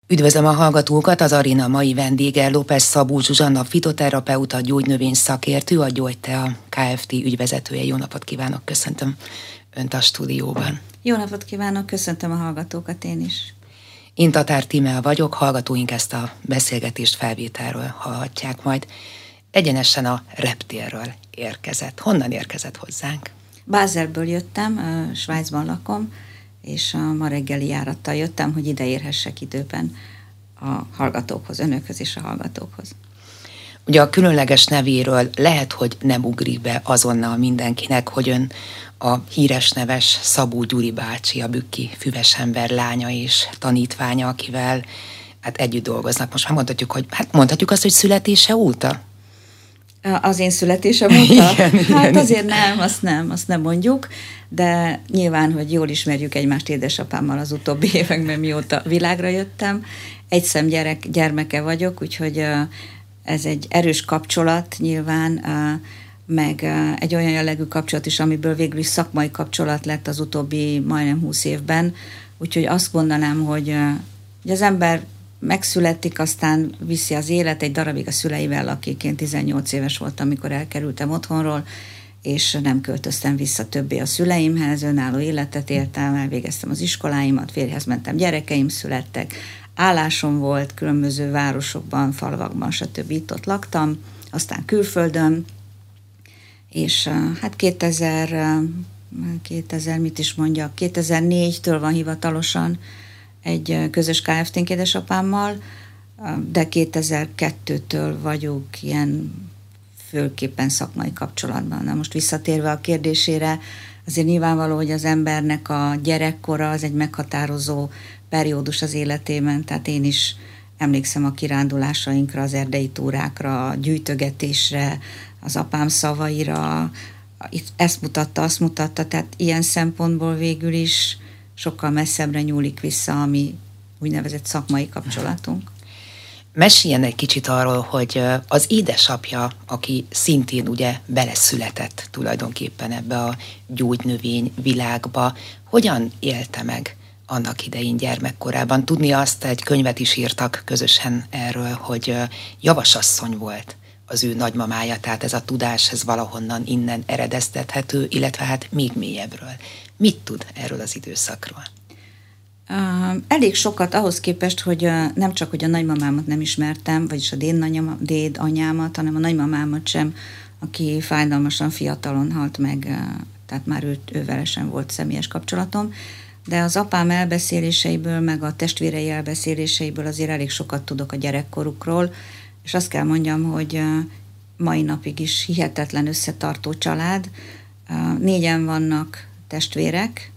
Üdvözlöm a hallgatókat, az aréna mai vendége López Szabó Zsuzsanna, fitoterapeuta, gyógynövény szakértő, a Gyógytea Kft. Ügyvezetője. Jó napot kívánok, köszöntöm Önt a stúdióban. Jó napot kívánok, köszöntöm a hallgatókat én is. Én Tatár Tímea vagyok, hallgatóink ezt a beszélgetést felvételről hallhatják majd. Egyenesen a reptérről érkezett. Honnan érkezett hozzánk? Bázelből jöttem, Svájcban lakom, és a ma reggeli járattal jöttem, hogy ide érhessek időben a hallgatókhoz, önökhöz és a hallgatókhoz. Ugye a különleges nevéről lehet, hogy nem ugrik be azonnal mindenkinek, hogy ön a híres neves Szabó Gyuri bácsi, a bükki füvesember lánya és tanítványa, akivel együtt dolgoznak. Most már mondhatjuk azt, hogy születése óta? Az én születésem óta? Igen. Azért azt nem mondjuk, de nyilván, hogy jól ismerjük egymást édesapámmal az utóbbi években, mióta világra jöttem. Egyszem gyermeke vagyok, úgyhogy ez egy erős kapcsolat nyilván, meg egy olyan jellegű kapcsolat is, amiből végül is szakmai kapcsolat lett az utóbbi majdnem 20 évben. Úgyhogy azt gondolnám, hogy az ember megszületik, aztán viszi az élet egy darabig a szüleivel, akiként 18 éves voltam, amikor elkerültem otthonról, és nem költöztem vissza többé a szüleimhez, önálló életet éltem, elvégeztem az iskoláimat, férjhez mentem, gyerekeim születtek, állásom volt különböző városokban, falvakban, stb. Itt-ott laktam, aztán külföldön, és hát 2004-től van hivatalosan egy közös Kft-nk édesapámmal, de 2002-től vagyunk ilyen főképpen szakmai kapcsolatban. Na most visszatérve a kérdésére, azért nyilvánvaló, hogy az embernek a gyerekkora az egy meghatározó periódus az életében, tehát én is emlékszem a kirándulásainkra, az erdei túrákra, a gyűjtögetésre, az apám szavaira, ezt mutatta, azt mutatta, tehát ilyen szempontból végül is sokkal messzebbre nyúlik vissza a mi úgynevezett szakmai kapcsolatunk. Meséljen egy kicsit arról, hogy az édesapja, aki szintén ugye beleszületett tulajdonképpen ebbe a gyógynövény világba, hogyan élte meg annak idején gyermekkorában? Tudni azt, egy könyvet is írtak közösen erről, hogy javasasszony volt az ő nagymamája, tehát ez a tudás, ez valahonnan innen eredeztethető, illetve hát még mélyebbről. Mit tud erről az időszakról? Elég sokat ahhoz képest, hogy nem csak, hogy a nagymamámat nem ismertem, vagyis a dédanyámat, hanem a nagymamámat sem, aki fájdalmasan fiatalon halt meg, tehát már ővele sem volt személyes kapcsolatom, de az apám elbeszéléseiből, meg a testvérei elbeszéléseiből azért elég sokat tudok a gyerekkorukról, és azt kell mondjam, hogy mai napig is hihetetlen összetartó család. 4 vannak testvérek,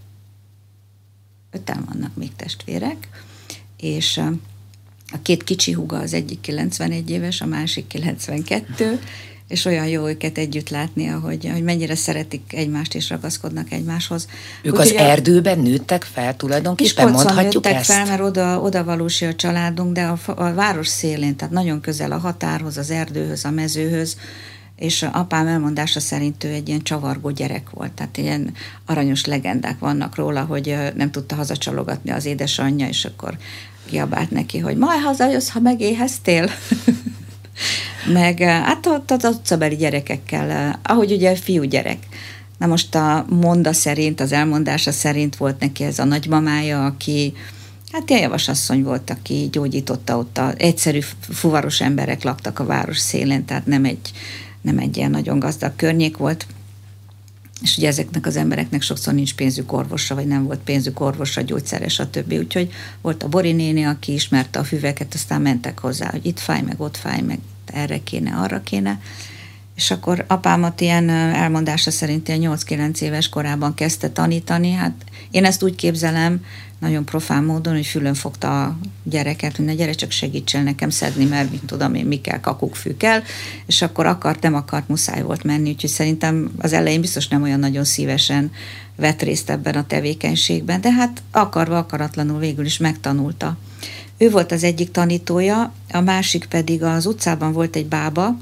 5 vannak még testvérek, és a 2 kicsi húga, az egyik 91 éves, a másik 92, és olyan jó őket együtt látni, hogy mennyire szeretik egymást és ragaszkodnak egymáshoz. Ők az erdőben nőttek fel tulajdonképpen, mondhatjuk nőttek ezt? fel, mert oda valósi a családunk, de a város szélén, tehát nagyon közel a határhoz, az erdőhöz, a mezőhöz, és apám elmondása szerint ő egy ilyen csavargó gyerek volt, tehát ilyen aranyos legendák vannak róla, hogy nem tudta hazacsalogatni az édesanyja, és akkor kiabált neki, hogy majd hazajössz, ha megéheztél. Meg hát az utcabeli gyerekekkel, ahogy ugye fiúgyerek. Na most a monda szerint, az elmondása szerint volt neki ez a nagymamája, aki hát ilyen javasasszony volt, aki gyógyította ott, egyszerű fuvaros emberek laktak a város szélén, tehát nem egy ilyen nagyon gazdag környék volt, és ugye ezeknek az embereknek sokszor nincs pénzük orvosra, vagy nem volt pénzük orvosra, gyógyszeres, stb. Úgyhogy volt a Bori néni, aki ismerte a füveket, aztán mentek hozzá, hogy itt fáj, meg ott fáj, meg erre kéne, arra kéne. És akkor apámat ilyen elmondása szerint ilyen 8-9 éves korában kezdte tanítani. Hát én ezt úgy képzelem, nagyon profán módon, hogy fülön fogta a gyereket, hogy ne gyere, csak segítsél nekem szedni, mert mit tudom én, mi kell, kakukfű kell, és akkor nem akart, muszáj volt menni, úgyhogy szerintem az elején biztos nem olyan nagyon szívesen vett részt ebben a tevékenységben, de hát akarva, akaratlanul végül is megtanulta. Ő volt az egyik tanítója, a másik pedig az utcában volt egy bába,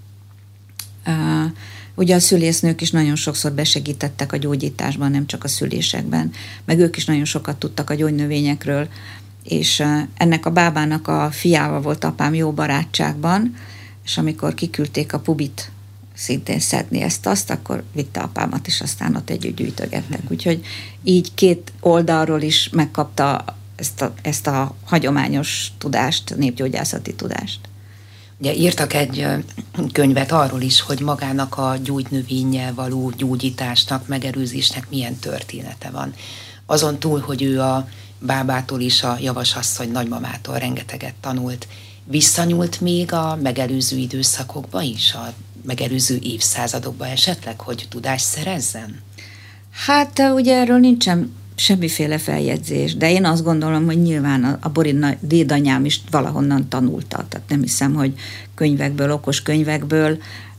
ugye a szülésznők is nagyon sokszor besegítettek a gyógyításban, nem csak a szülésekben, meg ők is nagyon sokat tudtak a gyógynövényekről, és ennek a bábának a fiával volt apám jó barátságban, és amikor kiküldték a pubit szintén szedni ezt-azt, akkor vitte apámat, és aztán ott együtt gyűjtögettek. Úgyhogy így két oldalról is megkapta ezt a hagyományos tudást, népgyógyászati tudást. Ugye írtak egy könyvet arról is, hogy magának a gyógynövényel való gyógyításnak, megerőzésnek milyen története van. Azon túl, hogy ő a bábától és a javasasszony nagymamától rengeteget tanult, visszanyúlt még a megelőző időszakokba is, a megelőző évszázadokba esetleg, hogy tudást szerezzen? Hát ugye erről nincsen semmiféle feljegyzés, de én azt gondolom, hogy nyilván a Borin dédanyám is valahonnan tanulta, tehát nem hiszem, hogy könyvekből, okos könyvekből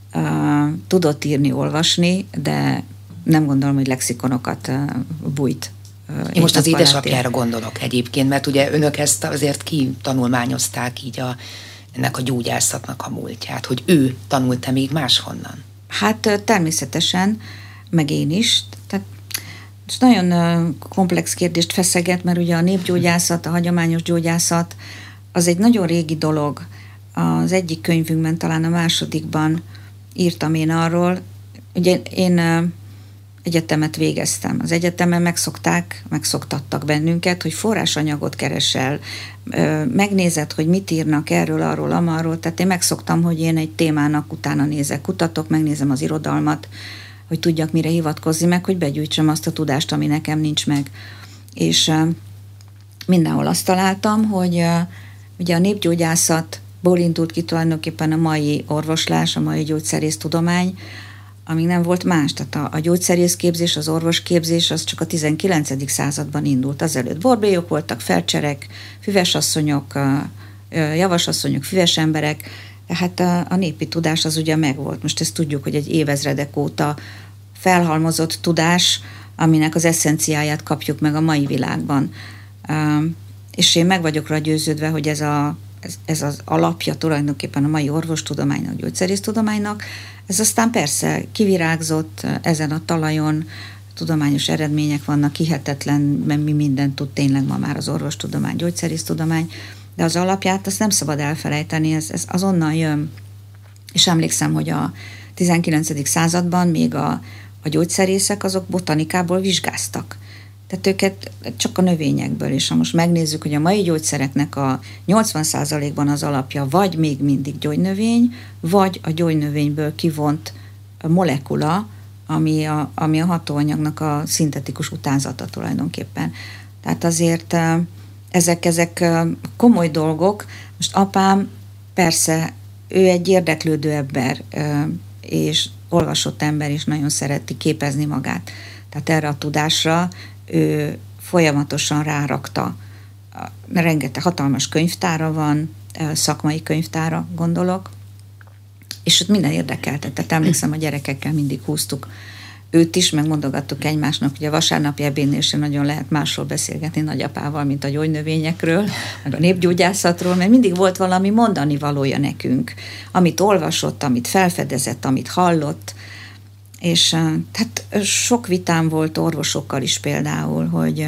tudott írni, olvasni, de nem gondolom, hogy lexikonokat bújt. Én most az édesapjára gondolok egyébként, mert ugye önök ezt azért kitanulmányozták így ennek a gyógyászatnak a múltját, hogy ő tanult-e még máshonnan? Hát természetesen, meg én is. Tehát nagyon komplex kérdést feszeget, mert ugye a népgyógyászat, a hagyományos gyógyászat az egy nagyon régi dolog. Az egyik könyvünkben, talán a másodikban írtam én arról, ugye én egyetemet végeztem. Az egyetemen megszoktattak bennünket, hogy forrásanyagot keresel, megnézed, hogy mit írnak erről, arról, amarról, tehát én megszoktam, hogy én egy témának utána nézek, kutatok, megnézem az irodalmat, hogy tudjak mire hivatkozni, meg hogy begyűjtsem azt a tudást, ami nekem nincs meg. És mindenhol azt találtam, hogy ugye a népgyógyászatból indult ki tulajdonképpen a mai orvoslás, a mai gyógyszerésztudomány, amíg nem volt más. Tehát a gyógyszerészképzés, az orvosképzés az csak a 19. században indult. Azelőtt borbélyok voltak, felcserek, füvesasszonyok, javasasszonyok, füves emberek, tehát a népi tudás az ugye megvolt. Most ezt tudjuk, hogy egy évezredek óta felhalmozott tudás, aminek az eszenciáját kapjuk meg a mai világban. És én meg vagyok rá győződve, hogy ez az alapja tulajdonképpen a mai orvostudománynak, gyógyszerésztudománynak. Ez aztán persze kivirágzott ezen a talajon, tudományos eredmények vannak, hihetetlen, mert mi mindent tud tényleg ma már az orvostudomány, gyógyszerésztudomány, de az alapját azt nem szabad elfelejteni, ez azonnal jön. És emlékszem, hogy a 19. században még a gyógyszerészek azok botanikából vizsgáztak. Tehát őket csak a növényekből, és ha most megnézzük, hogy a mai gyógyszereknek a 80%-ban az alapja vagy még mindig gyógynövény, vagy a gyógynövényből kivont molekula, ami a hatóanyagnak a szintetikus utánzata tulajdonképpen. Tehát azért ezek komoly dolgok. Most apám persze, ő egy érdeklődő ember, és olvasott ember, és nagyon szereti képezni magát. Tehát erre a tudásra ő folyamatosan rárakta. Rengeteg hatalmas könyvtára van, szakmai könyvtára gondolok, és ott minden érdekelte. Tehát emlékszem, a gyerekekkel mindig húztuk őt is, meg mondogattuk egymásnak, hogy a vasárnapi ebédnél sem nagyon lehet másról beszélgetni nagyapával, mint a gyógynövényekről, meg a népgyógyászatról, mert mindig volt valami mondani valója nekünk, amit olvasott, amit felfedezett, amit hallott, és tehát sok vitám volt orvosokkal is például, hogy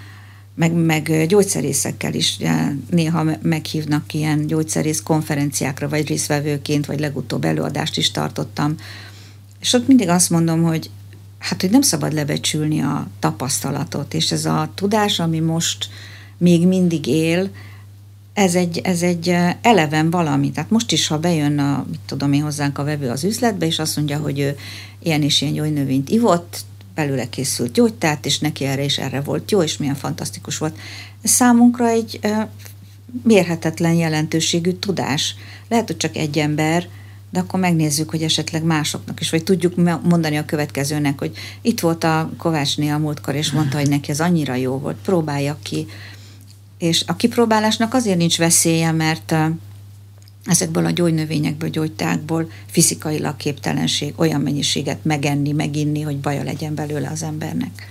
meg gyógyszerészekkel is néha meghívnak ilyen gyógyszerész konferenciákra, vagy résztvevőként, vagy legutóbb előadást is tartottam. És ott mindig azt mondom, hogy hogy nem szabad lebecsülni a tapasztalatot, és ez a tudás, ami most még mindig él, ez egy eleven valami. Tehát most is, ha bejön hozzánk a vevő az üzletbe, és azt mondja, hogy ő ilyen és ilyen gyógynövényt ivott, belőle készült gyógytát, és neki erre és erre volt jó, és milyen fantasztikus volt. Ez számunkra egy mérhetetlen jelentőségű tudás. Lehet, hogy csak egy ember, de akkor megnézzük, hogy esetleg másoknak is, vagy tudjuk mondani a következőnek, hogy itt volt a Kovácsné a múltkor, és mondta, hogy neki ez annyira jó volt, próbálja ki. És a kipróbálásnak azért nincs veszélye, mert ezekből a gyógynövényekből, gyógytákból fizikailag képtelenség olyan mennyiséget megenni, meginni, hogy baja legyen belőle az embernek.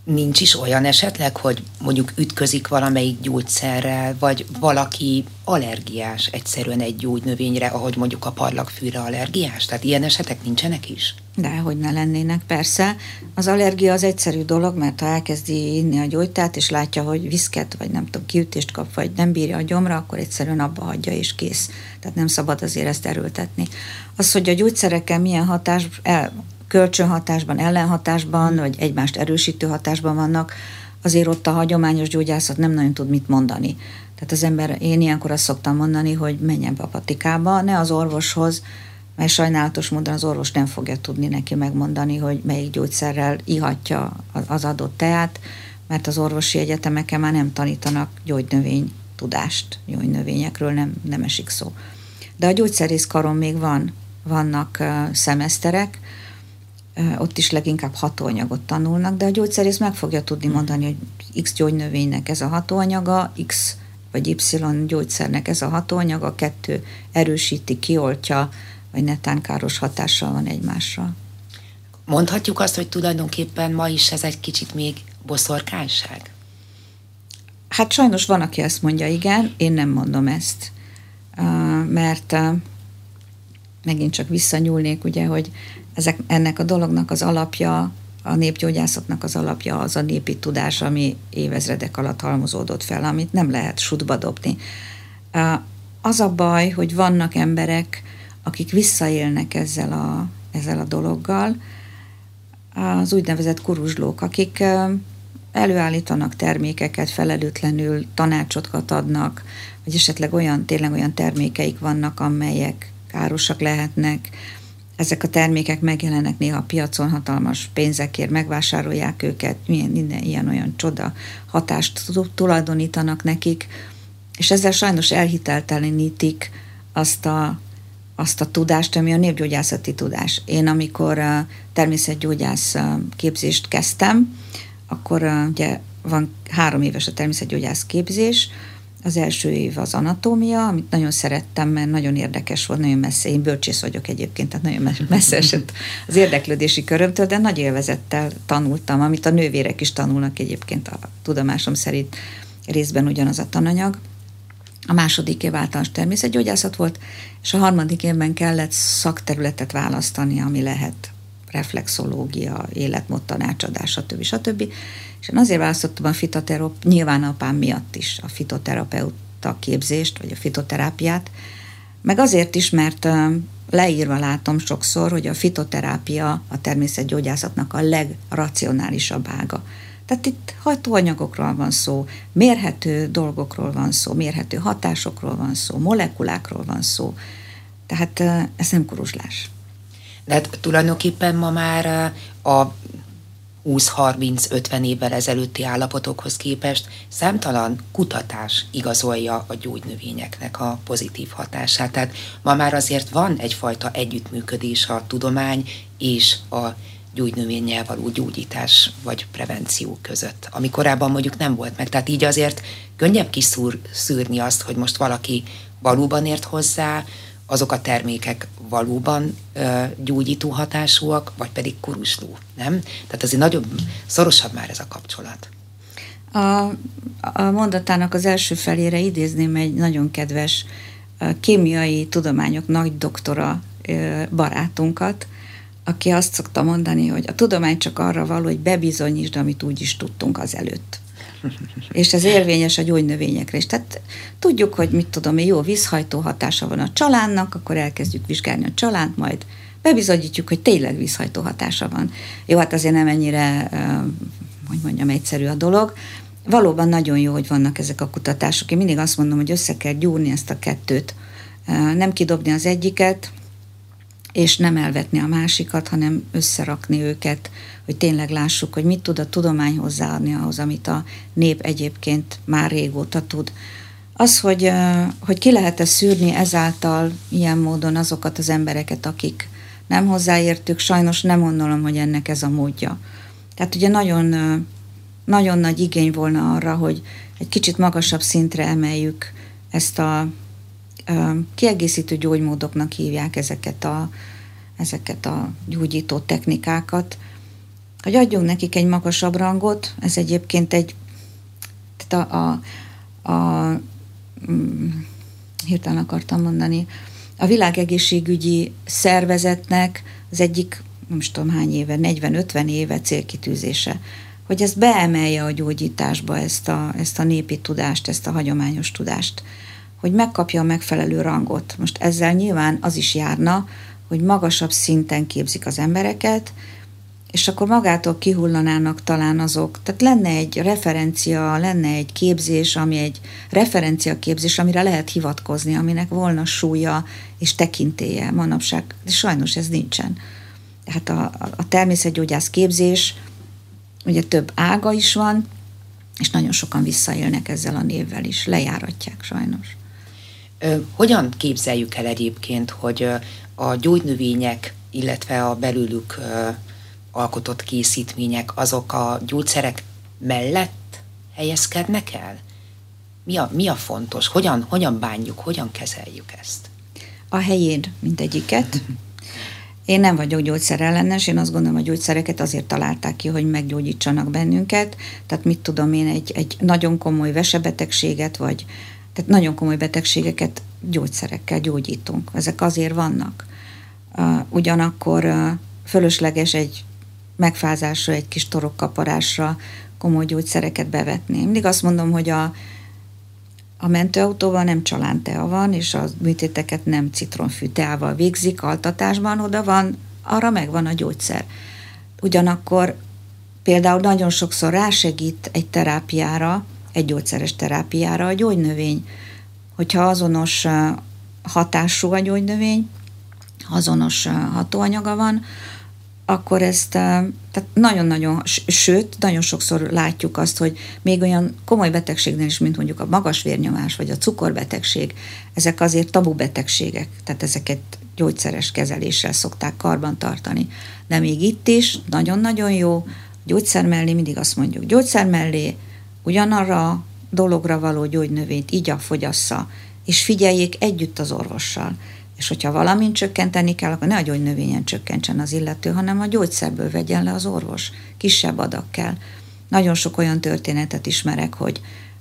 Nincs is olyan esetleg, hogy mondjuk ütközik valamelyik gyógyszerrel, vagy valaki allergiás egyszerűen egy gyógynövényre, ahogy mondjuk a parlagfűre allergiás? Tehát ilyen esetek nincsenek is? Dehogy ne lennének, persze. Az allergia az egyszerű dolog, mert ha elkezdi inni a gyógytát, és látja, hogy viszket, vagy nem tudom, kiütést kap, vagy nem bírja a gyomra, akkor egyszerűen abba hagyja, és kész. Tehát nem szabad azért ezt erőltetni. Az, hogy a gyógyszerekkel milyen kölcsönhatásban, ellenhatásban, vagy egymást erősítő hatásban vannak, azért ott a hagyományos gyógyászat nem nagyon tud mit mondani. Tehát az ember, én ilyenkor azt szoktam mondani, hogy menjen be a patikába, ne az orvoshoz, mert sajnálatos módon az orvos nem fogja tudni neki megmondani, hogy melyik gyógyszerrel ihatja az adott teát, mert az orvosi egyetemeken már nem tanítanak gyógynövény tudást, gyógynövényekről nem esik szó. De a gyógyszerészkaron még vannak szemeszterek, ott is leginkább hatóanyagot tanulnak, de a gyógyszerész meg fogja tudni mondani, hogy X gyógynövénynek ez a hatóanyaga, X vagy Y gyógyszernek ez a hatóanyaga, 2 erősíti, kioltja, vagy netán káros hatással van egymásra. Mondhatjuk azt, hogy tulajdonképpen ma is ez egy kicsit még boszorkányság? Hát sajnos van, aki ezt mondja, igen, én nem mondom ezt, mert megint csak visszanyúlnék, ugye, hogy ennek a dolognak az alapja, a népgyógyászatnak az alapja az a népi tudás, ami évezredek alatt halmozódott fel, amit nem lehet sutba dobni. Az a baj, hogy vannak emberek, akik visszaélnek ezzel a dologgal, az úgynevezett kuruzslók, akik előállítanak termékeket, felelőtlenül tanácsokat adnak, vagy esetleg tényleg olyan termékeik vannak, amelyek károsak lehetnek. Ezek a termékek megjelennek néha a piacon, hatalmas pénzekért megvásárolják őket, minden ilyen-olyan csoda hatást tulajdonítanak nekik, és ezzel sajnos elhiteltelenítik azt a tudást, ami a népgyógyászati tudás. Én amikor természetgyógyász képzést kezdtem, akkor ugye van 3 éves a természetgyógyász képzés, az első év az anatómia, amit nagyon szerettem, mert nagyon érdekes volt, nagyon messze, én bölcsész vagyok egyébként, tehát nagyon messze esett az érdeklődési körömtől, de nagy élvezettel tanultam, amit a nővérek is tanulnak egyébként, a tudomásom szerint részben ugyanaz a tananyag. A második év általános természetgyógyászat volt, és a harmadik évben kellett szakterületet választani, ami lehet reflexológia, életmód tanácsadás, stb. És én azért választottam nyilván apám miatt is a fitoterapeuta képzést, vagy a fitoterápiát, meg azért is, mert leírva látom sokszor, hogy a fitoterápia a természetgyógyászatnak a legracionálisabb ága. Tehát itt hatóanyagokról van szó, mérhető dolgokról van szó, mérhető hatásokról van szó, molekulákról van szó. Tehát ez nem kuruzslás. De hát tulajdonképpen ma már a 20-30-50 évvel ezelőtti állapotokhoz képest számtalan kutatás igazolja a gyógynövényeknek a pozitív hatását. Tehát ma már azért van egyfajta együttműködés a tudomány és a gyógynövénnyel való gyógyítás vagy prevenció között, ami korábban mondjuk nem volt meg. Tehát így azért könnyebb kiszűrni azt, hogy most valaki valóban ért hozzá, azok a termékek valóban gyógyító hatásúak, vagy pedig kuruzsló, nem? Tehát azért nagyon szorosabb már ez a kapcsolat. A mondatának az első felére idézném egy nagyon kedves kémiai tudományok nagy doktora barátunkat, aki azt szokta mondani, hogy a tudomány csak arra való, hogy bebizonyítsd, amit úgy is tudtunk azelőtt. És ez érvényes a gyógynövényekre is. Tehát tudjuk, hogy mit tudom én, jó vízhajtó hatása van a csalánnak, akkor elkezdjük vizsgálni a csalánt, majd bebizonyítjuk, hogy tényleg vízhajtó hatása van. Jó, hát azért nem ennyire, hogy mondjam, egyszerű a dolog. Valóban nagyon jó, hogy vannak ezek a kutatások. Én mindig azt mondom, hogy össze kell gyúrni ezt a kettőt. Nem kidobni az egyiket, és nem elvetni a másikat, hanem összerakni őket, hogy tényleg lássuk, hogy mit tud a tudomány hozzáadni ahhoz, amit a nép egyébként már régóta tud. Az, hogy ki lehet-e szűrni ezáltal ilyen módon azokat az embereket, akik nem hozzáértük, sajnos nem gondolom, hogy ennek ez a módja. Tehát ugye nagyon, nagyon nagy igény volna arra, hogy egy kicsit magasabb szintre emeljük ezt a kiegészítő gyógymódoknak hívják ezeket a gyógyító technikákat, hogy adjunk nekik egy magasabb rangot, ez egyébként hirtelen akartam mondani, a világegészségügyi szervezetnek az egyik, nem is tudom hány éve, 40-50 éve célkitűzése, hogy ezt beemelje a gyógyításba, ezt a népi tudást, ezt a hagyományos tudást, hogy megkapja a megfelelő rangot. Most ezzel nyilván az is járna, hogy magasabb szinten képzik az embereket, és akkor magától kihullanának talán azok. Tehát lenne egy referencia, lenne egy képzés, ami egy referenciaképzés, amire lehet hivatkozni, aminek volna súlya és tekintélye manapság. De sajnos ez nincsen. Tehát a természetgyógyász képzés, ugye több ága is van, és nagyon sokan visszaélnek ezzel a névvel is, lejáratják sajnos. Hogyan képzeljük el egyébként, hogy a gyógynövények, illetve a belőlük alkotott készítmények, azok a gyógyszerek mellett helyezkednek el? Mi a fontos? Hogyan bánjuk, hogyan kezeljük ezt? A helyén mindegyiket. Én nem vagyok gyógyszerellenes, én azt gondolom, a gyógyszereket azért találták ki, hogy meggyógyítsanak bennünket. Tehát mit tudom én, egy nagyon komoly vesebetegséget, tehát nagyon komoly betegségeket gyógyszerekkel gyógyítunk. Ezek azért vannak. Ugyanakkor fölösleges egy megfázásra, egy kis torokkaparásra komoly gyógyszereket bevetni. Mindig azt mondom, hogy a mentőautóban nem csalántea van, és a műtéteket nem citronfű teával végzik altatásban, arra megvan a gyógyszer. Ugyanakkor például nagyon sokszor rásegít egy terápiára, egy gyógyszeres terápiára a gyógynövény. Hogyha azonos hatású a gyógynövény, azonos hatóanyaga van, akkor ezt, tehát nagyon-nagyon, sőt, nagyon sokszor látjuk azt, hogy még olyan komoly betegségnél is, mint mondjuk a magas vérnyomás, vagy a cukorbetegség, ezek azért tabu betegségek, tehát ezeket gyógyszeres kezeléssel szokták karban tartani. De még itt is nagyon-nagyon jó, gyógyszer mellé, mindig azt mondjuk, gyógyszer mellé ugyanarra a dologra való gyógynövényt így fogyassza, és figyeljék együtt az orvossal. És hogyha valamint csökkenteni kell, akkor ne a gyógynövényen csökkentsen az illető, hanem a gyógyszerből vegyen le az orvos. Kisebb adag kell. Nagyon sok olyan történetet ismerek, hogy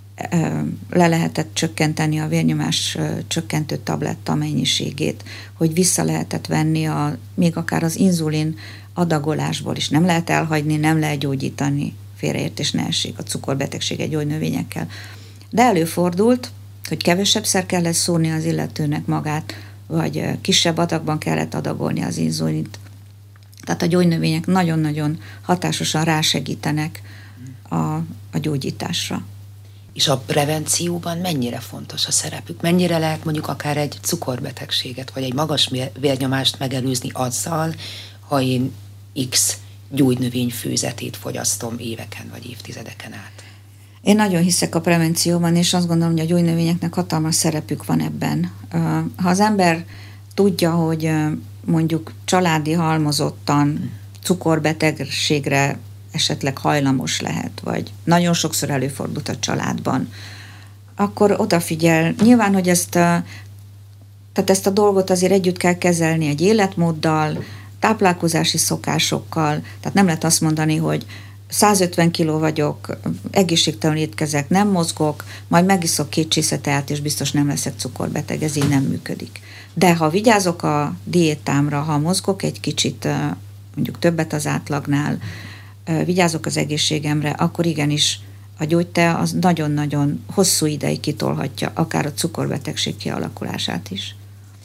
le lehetett csökkenteni a vérnyomás csökkentő tabletta mennyiségét, hogy vissza lehetett venni még akár az inzulin adagolásból is. Nem lehet elhagyni, nem lehet gyógyítani, félreértés ne essék, a cukorbetegsége gyógynövényekkel. De előfordult, hogy kevesebbszer kellett szórni az illetőnek magát, vagy kisebb adagban kellett adagolni az inzulint. Tehát a gyógynövények nagyon-nagyon hatásosan rásegítenek a gyógyításra. És a prevencióban mennyire fontos a szerepük? Mennyire lehet mondjuk akár egy cukorbetegséget, vagy egy magas vérnyomást megelőzni azzal, ha én X gyógynövényfőzetét fogyasztom éveken vagy évtizedeken át? Én nagyon hiszek a prevencióban, és azt gondolom, hogy a gyógynövényeknek hatalmas szerepük van ebben. Ha az ember tudja, hogy mondjuk családi halmozottan cukorbetegségre esetleg hajlamos lehet, vagy nagyon sokszor előfordult a családban, akkor odafigyel. Nyilván, hogy ezt a dolgot azért együtt kell kezelni egy életmóddal, táplálkozási szokásokkal, tehát nem lehet azt mondani, hogy 150 kiló vagyok, egészségtelenül étkezek, nem mozgok, majd megiszok 2 csésze teát, és biztos nem leszek cukorbeteg, ez így nem működik. De ha vigyázok a diétámra, ha mozgok egy kicsit, mondjuk többet az átlagnál, vigyázok az egészségemre, akkor igenis a gyógytea az nagyon-nagyon hosszú ideig kitolhatja akár a cukorbetegség kialakulását is.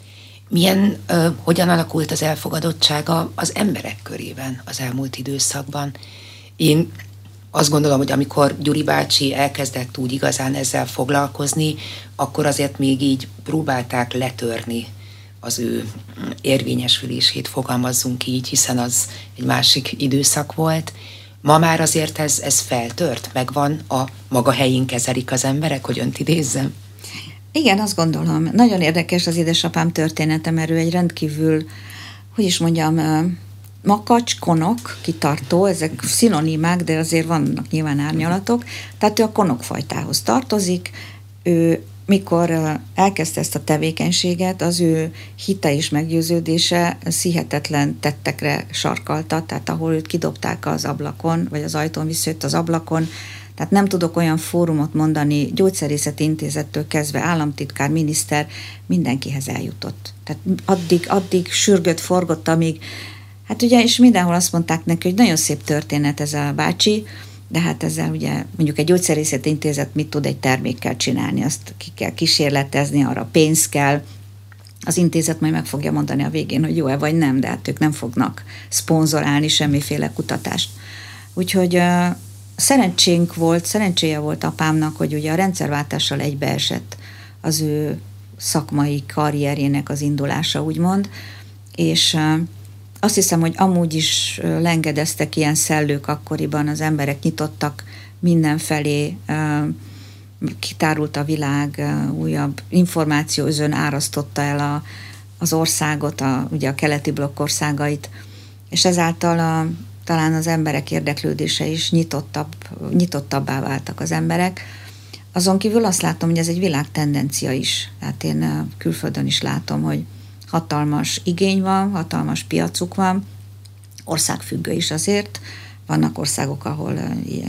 Hogyan alakult az elfogadottsága az emberek körében az elmúlt időszakban? Én azt gondolom, hogy amikor Gyuri bácsi elkezdett úgy igazán ezzel foglalkozni, akkor azért még így próbálták letörni az ő érvényesülését, fogalmazzunk így, hiszen az egy másik időszak volt. Ma már azért ez feltört, megvan, a maga helyén kezelik az emberek, hogy önt idézzem? Igen, azt gondolom. Nagyon érdekes az édesapám története, mert ő egy rendkívül, makacs, konok, kitartó, ezek szinonimák, de azért vannak nyilván árnyalatok, tehát ő a konokfajtához tartozik, ő mikor elkezdte ezt a tevékenységet, az ő hite és meggyőződése hihetetlen tettekre sarkalta, tehát ahol őt kidobták az ablakon, vagy az ajtón visszajött az ablakon, tehát nem tudok olyan fórumot mondani, gyógyszerészeti intézettől kezdve államtitkár, miniszter, mindenkihez eljutott. Tehát addig sürgött, forgott, amíg, hát ugye, és mindenhol azt mondták neki, hogy nagyon szép történet ez a bácsi, de hát ezzel ugye mondjuk egy gyógyszerészeti intézet mit tud egy termékkel csinálni, azt ki kell kísérletezni, arra pénz kell, az intézet majd meg fogja mondani a végén, hogy jó-e vagy nem, de hát ők nem fognak szponzorálni semmiféle kutatást. Úgyhogy szerencséje volt apámnak, hogy ugye a rendszerváltással egybeesett az ő szakmai karrierjének az indulása, úgymond, és azt hiszem, hogy amúgy is lengedeztek ilyen szellők akkoriban, az emberek nyitottak mindenfelé, kitárult a világ, újabb információözön árasztotta el az országot, ugye a keleti blokk országait, és ezáltal talán az emberek érdeklődése is nyitottabbá váltak az emberek. Azon kívül azt látom, hogy ez egy világtendencia is. Tehát én külföldön is látom, hogy hatalmas igény van, hatalmas piacuk van, országfüggő is azért. Vannak országok, ahol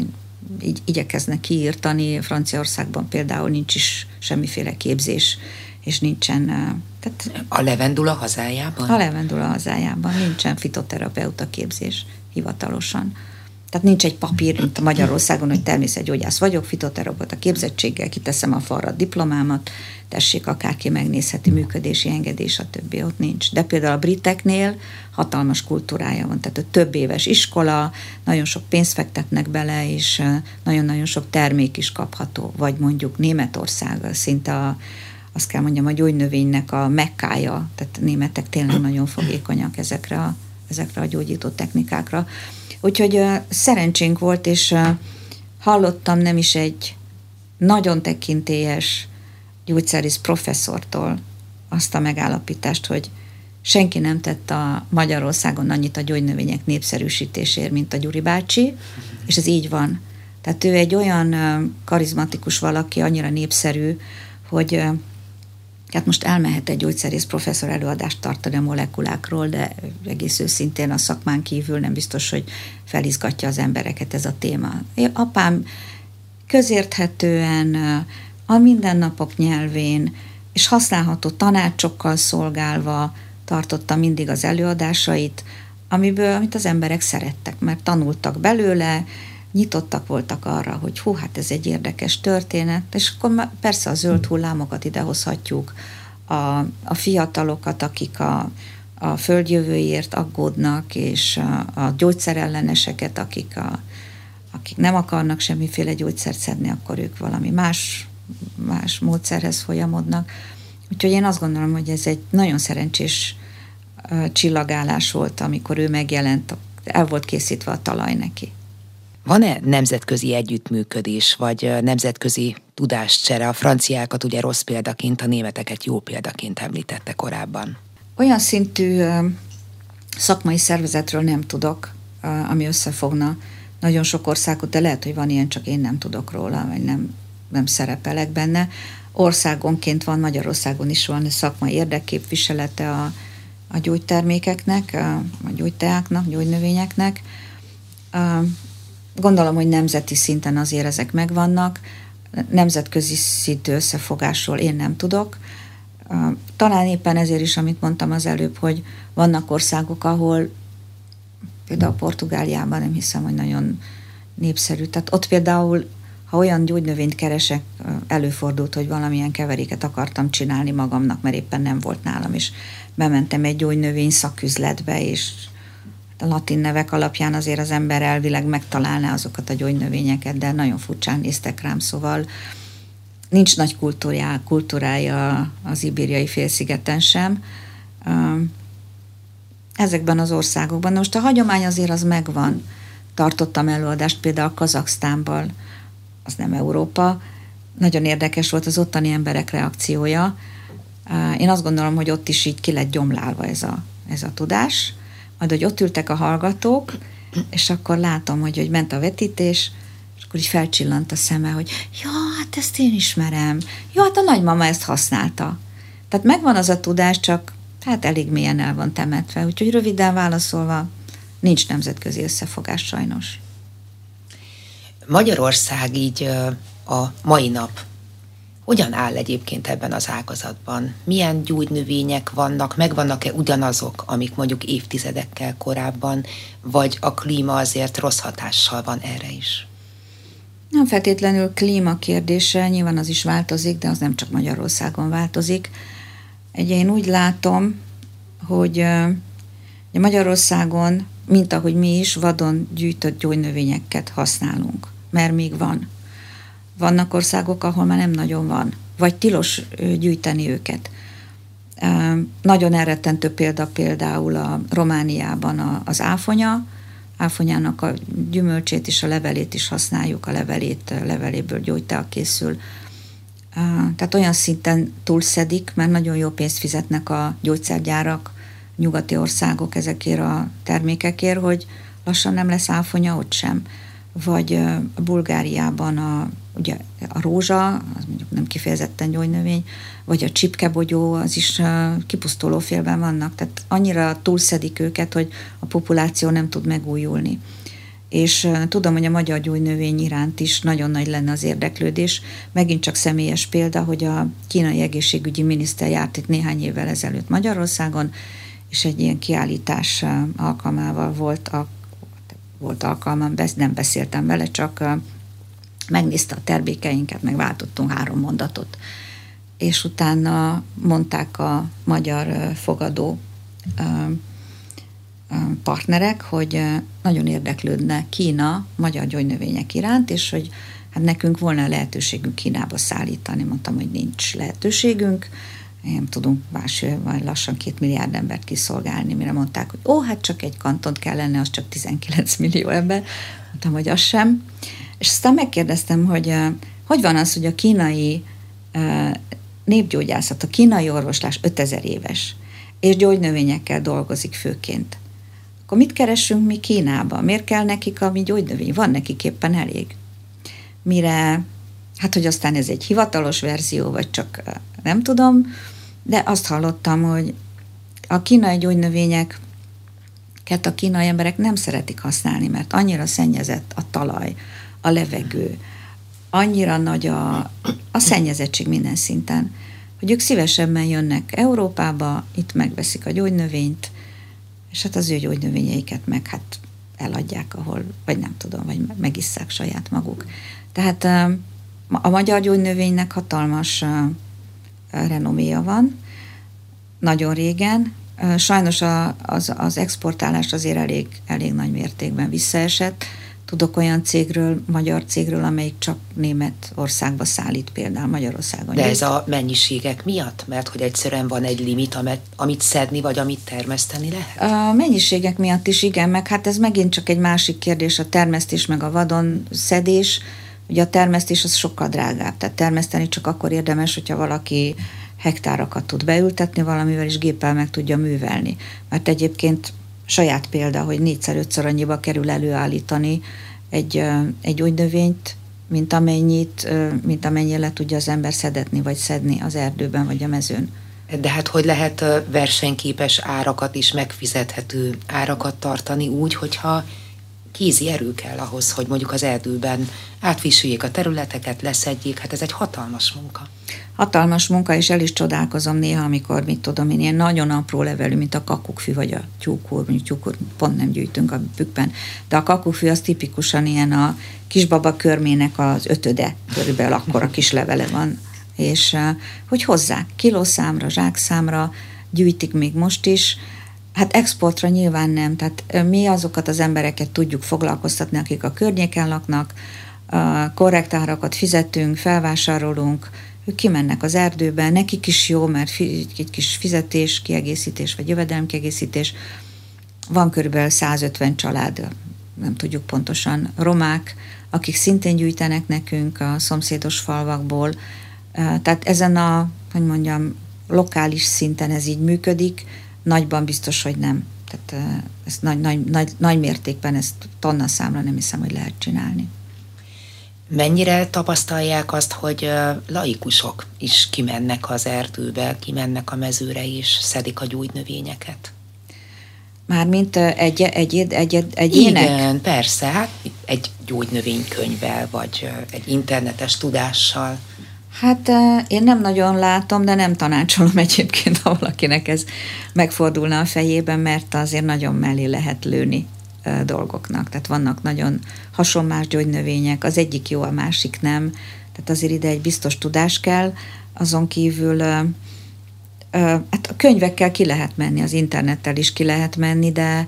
így igyekeznek kiírtani. Franciaországban például nincs is semmiféle képzés, és nincsen... Tehát a levendula hazájában? A levendula hazájában nincsen fitoterapeuta képzés hivatalosan. Tehát nincs egy papír, mint a Magyarországon, hogy természetgyógyász vagyok, fitoterapeuta képzettséggel, kiteszem a falra a diplomámat, tessék, akárki megnézheti, működési engedély, stb. Ott nincs. De például a briteknél hatalmas kultúrája van, tehát több éves iskola, nagyon sok pénzt fektetnek bele, és nagyon-nagyon sok termék is kapható. Vagy mondjuk Németország szinte azt kell mondjam, a gyógynövénynek a mekkája, tehát a németek tényleg nagyon fogékonyak ezekre a gyógyító technikákra. Úgyhogy szerencsénk volt, és hallottam nem is egy nagyon tekintélyes gyógyszerész professzortól azt a megállapítást, hogy senki nem tett a Magyarországon annyit a gyógynövények népszerűsítésért, mint a Gyuri bácsi, és ez így van. Tehát ő egy olyan karizmatikus valaki, annyira népszerű, hogy hát most elmehet egy gyógyszerész professzor előadást tartani a molekulákról, de egész őszintén a szakmán kívül nem biztos, hogy felizgatja az embereket ez a téma. Apám közérthetően, a mindennapok nyelvén, és használható tanácsokkal szolgálva tartotta mindig az előadásait, amit az emberek szerettek, mert tanultak belőle, nyitottak voltak arra, hogy hát ez egy érdekes történet, és akkor persze a zöld hullámokat idehozhatjuk, a fiatalokat, akik a földjövőért aggódnak, és a gyógyszerelleneseket, akik nem akarnak semmiféle gyógyszert szedni, akkor ők valami más módszerhez folyamodnak. Úgyhogy én azt gondolom, hogy ez egy nagyon szerencsés csillagállás volt, amikor ő megjelent, el volt készítve a talaj neki. Van-e nemzetközi együttműködés, vagy nemzetközi tudáscsere? A franciákat ugye rossz példaként, a németeket jó példaként említette korábban. Olyan szintű szakmai szervezetről nem tudok, ami összefogna nagyon sok országot, de lehet, hogy van ilyen, csak én nem tudok róla, vagy nem szerepelek benne. Országonként van, Magyarországon is van szakmai érdekképviselete a gyógytermékeknek, a gyógyteáknak, gyógynövényeknek. Gondolom, hogy nemzeti szinten azért ezek megvannak, nemzetközi szintű összefogásról én nem tudok. Talán éppen ezért is, amit mondtam az előbb, hogy vannak országok, ahol például Portugáliában nem hiszem, hogy nagyon népszerű. Tehát ott például, ha olyan gyógynövényt keresek, előfordult, hogy valamilyen keveréket akartam csinálni magamnak, mert éppen nem volt nálam, és bementem egy gyógynövény szaküzletbe, és a latin nevek alapján azért az ember elvileg megtalálná azokat a gyógynövényeket, de nagyon furcsán néztek rám, szóval nincs nagy kultúrája az Ibériai félszigeten sem. Ezekben az országokban. Most a hagyomány azért az megvan. Tartottam előadást például Kazaksztánban, az nem Európa. Nagyon érdekes volt az ottani emberek reakciója. Én azt gondolom, hogy ott is így ki lett gyomlálva ez a tudás. Majd, hogy ott ültek a hallgatók, és akkor látom, hogy ment a vetítés, és akkor így felcsillant a szeme, hogy ja, hát ezt én ismerem. Jó, hát a nagymama ezt használta. Tehát megvan az a tudás, csak hát elég mélyen el van temetve. Úgyhogy röviden válaszolva, nincs nemzetközi összefogás sajnos. Magyarország így a mai nap hogyan áll egyébként ebben az ágazatban? Milyen gyógynövények vannak, megvannak-e ugyanazok, amik mondjuk évtizedekkel korábban, vagy a klíma azért rossz hatással van erre is? Nem feltétlenül klíma kérdése, nyilván az is változik, de az nem csak Magyarországon változik. Én úgy látom, hogy Magyarországon, mint ahogy mi is, vadon gyűjtött gyógynövényeket használunk, mert még van. Vannak országok, ahol már nem nagyon van, vagy tilos gyűjteni őket. Nagyon elrettentő példa például a Romániában az áfonyának a gyümölcsét és a levelét is használjuk, a leveléből gyógytea készül. Tehát olyan szinten túlszedik, mert nagyon jó pénzt fizetnek a gyógyszergyárak, nyugati országok ezekért a termékekért, hogy lassan nem lesz áfonya ott sem. Vagy a Bulgáriában ugye a rózsa, az mondjuk nem kifejezetten gyógynövény, vagy a csipkebogyó, az is kipusztuló félben vannak. Tehát annyira túlszedik őket, hogy a populáció nem tud megújulni. És tudom, hogy a magyar gyógynövény iránt is nagyon nagy lenne az érdeklődés. Megint csak személyes példa, hogy a kínai egészségügyi miniszter járt itt néhány évvel ezelőtt Magyarországon, és egy ilyen kiállítás alkalmával volt alkalmam, nem beszéltem vele, csak megnézte a termékeinket, meg váltottunk 3 mondatot. És utána mondták a magyar fogadó partnerek, hogy nagyon érdeklődne Kína magyar gyógynövények iránt, és hogy hát nekünk volna lehetőségünk Kínába szállítani. Mondtam, hogy nincs lehetőségünk, nem tudunk vagy lassan 2 milliárd embert kiszolgálni, mire mondták, hogy hát csak egy kantont kell lenne, az csak 19 millió ember. Mondtam, hogy az sem. És aztán megkérdeztem, hogy van az, hogy a kínai népgyógyászat, a kínai orvoslás 5000 éves, és gyógynövényekkel dolgozik főként. Akkor mit keresünk mi Kínában? Miért kell nekik a mi gyógynövény? Van nekik éppen elég. Mire, hát hogy aztán ez egy hivatalos verzió, vagy csak nem tudom, de azt hallottam, hogy a kínai gyógynövényeket a kínai emberek nem szeretik használni, mert annyira szennyezett a talaj, a levegő, annyira nagy a szennyezettség minden szinten, hogy ők szívesebben jönnek Európába, itt megveszik a gyógynövényt, és hát az ő gyógynövényeiket meg hát eladják, ahol, vagy nem tudom, vagy megisszák saját maguk. Tehát a magyar gyógynövénynek hatalmas renoméja van, nagyon régen. Sajnos az exportálás azért elég nagy mértékben visszaesett. Tudok olyan cégről, magyar cégről, amelyik csak Németországba szállít például Magyarországon. De ez a mennyiségek miatt? Mert hogy egyszerűen van egy limit, amit szedni, vagy amit termeszteni lehet? A mennyiségek miatt is igen, meg hát ez megint csak egy másik kérdés, a termesztés meg a vadon szedés. Ugye a termesztés az sokkal drágább, tehát termeszteni csak akkor érdemes, hogyha valaki hektárokat tud beültetni valamivel, és géppel meg tudja művelni. Mert egyébként saját példa, hogy 4-5-ször annyiba kerül előállítani egy gyógynövényt, mint amennyire le tudja az ember szedetni, vagy szedni az erdőben, vagy a mezőn. De hát hogy lehet versenyképes árakat is, megfizethető árakat tartani úgy, hogyha kézi erő kell ahhoz, hogy mondjuk az erdőben átvisüljék a területeket, leszedjék, hát ez egy hatalmas munka. Hatalmas munka, és el is csodálkozom néha, amikor, mit tudom én, ilyen nagyon apró levelű, mint a kakukkfű, vagy a tyúkúr, mondjuk tyúkúr pont nem gyűjtünk a bükkben, de a kakukkfű az tipikusan ilyen a kisbaba körmének az 5-öde, körülbelül akkora kis levele van, és hogy hozzák kilószámra, zsákszámra, gyűjtik még most is. Hát exportra nyilván nem, tehát mi azokat az embereket tudjuk foglalkoztatni, akik a környéken laknak, korrekt árakat fizetünk, felvásárolunk, ők kimennek az erdőbe, nekik is jó, mert egy kis fizetés, kiegészítés vagy jövedelemkiegészítés. Van körülbelül 150 család, nem tudjuk pontosan, romák, akik szintén gyűjtenek nekünk a szomszédos falvakból. Tehát ezen lokális szinten ez így működik, nagyban biztos, hogy nem. Tehát ezt nagy mértékben ezt tonna számra nem hiszem, hogy lehet csinálni. Mennyire tapasztalják azt, hogy laikusok is kimennek az erdőbe, kimennek a mezőre és szedik a gyógynövényeket? Mármint egyének? Igen, persze, hát egy gyógynövénykönyvvel, vagy egy internetes tudással. Hát én nem nagyon látom, de nem tanácsolom egyébként, ha valakinek ez megfordulna a fejében, mert azért nagyon mellé lehet lőni dolgoknak. Tehát vannak nagyon hasonlás gyógynövények, az egyik jó, a másik nem. Tehát azért ide egy biztos tudás kell, azon kívül hát a könyvekkel ki lehet menni, az internettel is ki lehet menni, de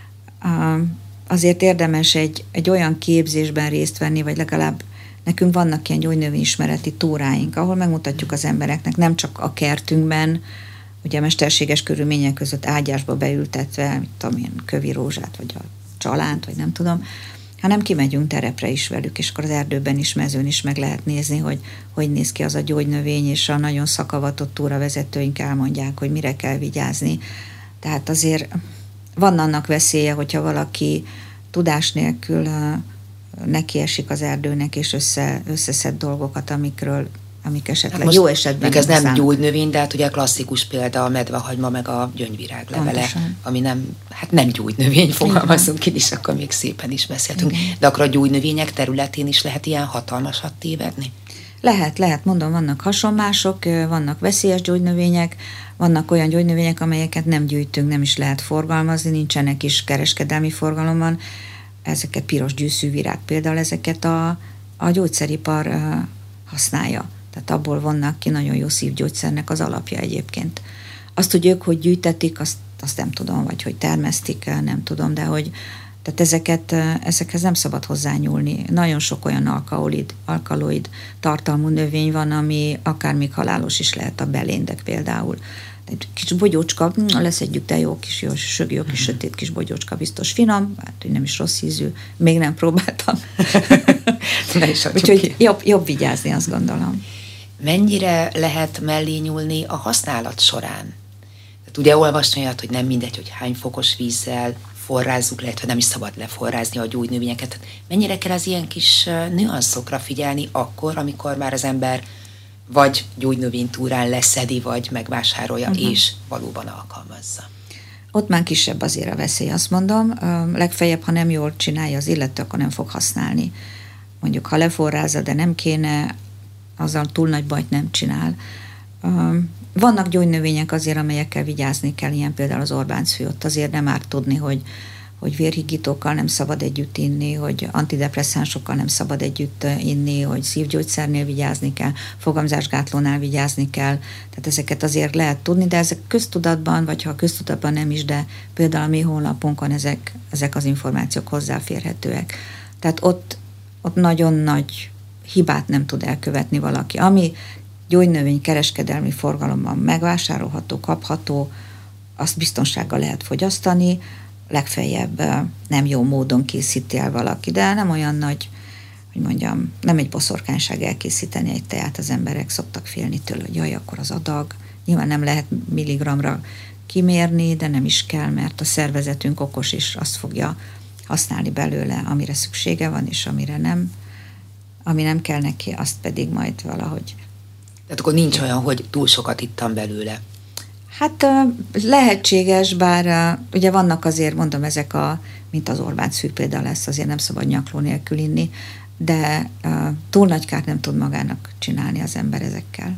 azért érdemes egy olyan képzésben részt venni, vagy legalább nekünk vannak ilyen gyógynövényismereti túráink, ahol megmutatjuk az embereknek, nem csak a kertünkben, ugye mesterséges körülmények között ágyásba beültetve, mit tudom én, kövi rózsát, vagy a csalánt, vagy nem tudom, hanem kimegyünk terepre is velük, és akkor az erdőben is, mezőn is meg lehet nézni, hogy néz ki az a gyógynövény, és a nagyon szakavatott túravezetőink elmondják, hogy mire kell vigyázni. Tehát azért van annak veszélye, hogyha valaki tudás nélkül nekiesik az erdőnek, és összeszed dolgokat, amik esetleg hát jó esetben ez nem gyógynövény, de hát ugye klasszikus példa a medvehagyma meg a gyöngyvirág levele, pontosan. Ami nem gyógynövény, fogalmazunk ki, és akkor még szépen is beszéltünk. Igen. De akkor a gyógynövények területén is lehet ilyen hatalmasat tévedni? Lehet, mondom, vannak hasonlások, vannak veszélyes gyógynövények, vannak olyan gyógynövények, amelyeket nem gyűjtünk, nem is lehet forgalmazni, nincsenek is kereskedelmi forgalomban. Ezeket piros gyűszűvirág például, ezeket a gyógyszeripar használja. Tehát abból vannak ki nagyon jó szívgyógyszernek az alapja egyébként. Azt, hogy ők hogy gyűjtetik, azt nem tudom, vagy hogy termesztik, nem tudom, de hogy tehát ezekhez nem szabad hozzányúlni. Nagyon sok olyan alkaloid tartalmú növény van, ami akár még halálos is lehet, a beléndek például. Egy kis bogyócska, leszedjük, de jó kis sötét kis bogyócska, biztos finom, hát hogy nem is rossz ízű, még nem próbáltam. Úgyhogy jobb vigyázni, azt gondolom. Mennyire lehet mellé nyúlni a használat során? Tehát ugye olvasni olyat, hogy nem mindegy, hogy hány fokos vízzel forrázzuk le, illetve nem is szabad leforrázni a gyógynövényeket. Mennyire kell az ilyen kis nüanszokra figyelni akkor, amikor már az ember vagy gyógynövénytúrán leszedi, vagy megvásárolja, és valóban alkalmazza? Ott már kisebb azért a veszély, azt mondom. Legfeljebb, ha nem jól csinálja az illető, akkor nem fog használni. Mondjuk, ha leforrázza, de nem kéne, azzal túl nagy bajt nem csinál. Vannak gyógynövények azért, amelyekkel vigyázni kell, ilyen például az Orbánc-fű, ott azért nem árt tudni, hogy vérhigítókkal nem szabad együtt inni, hogy antidepresszánsokkal nem szabad együtt inni, hogy szívgyógyszernél vigyázni kell, fogamzásgátlónál vigyázni kell. Tehát ezeket azért lehet tudni, de ezek köztudatban, vagy ha köztudatban nem is, de például a mi honlapunkon ezek az információk hozzáférhetőek. Tehát ott nagyon nagy hibát nem tud elkövetni valaki. Ami gyógynövény kereskedelmi forgalomban megvásárolható, kapható, azt biztonsággal lehet fogyasztani, legfeljebb nem jó módon készíti el valaki, de nem olyan nagy, hogy mondjam, nem egy boszorkányság elkészíteni egy teát, az emberek szoktak félni tőle, hogy jaj, akkor az adag, nyilván nem lehet milligramra kimérni, de nem is kell, mert a szervezetünk okos, és azt fogja használni belőle, amire szüksége van, és amire nem, ami nem kell neki, azt pedig majd valahogy. Tehát akkor nincs olyan, hogy túl sokat ittam belőle. Hát lehetséges, bár ugye vannak azért, mondom, ezek mint az Orbánc-fű például lesz, azért nem szabad nyakló nélkül inni, de túl nagy kárt nem tud magának csinálni az ember ezekkel.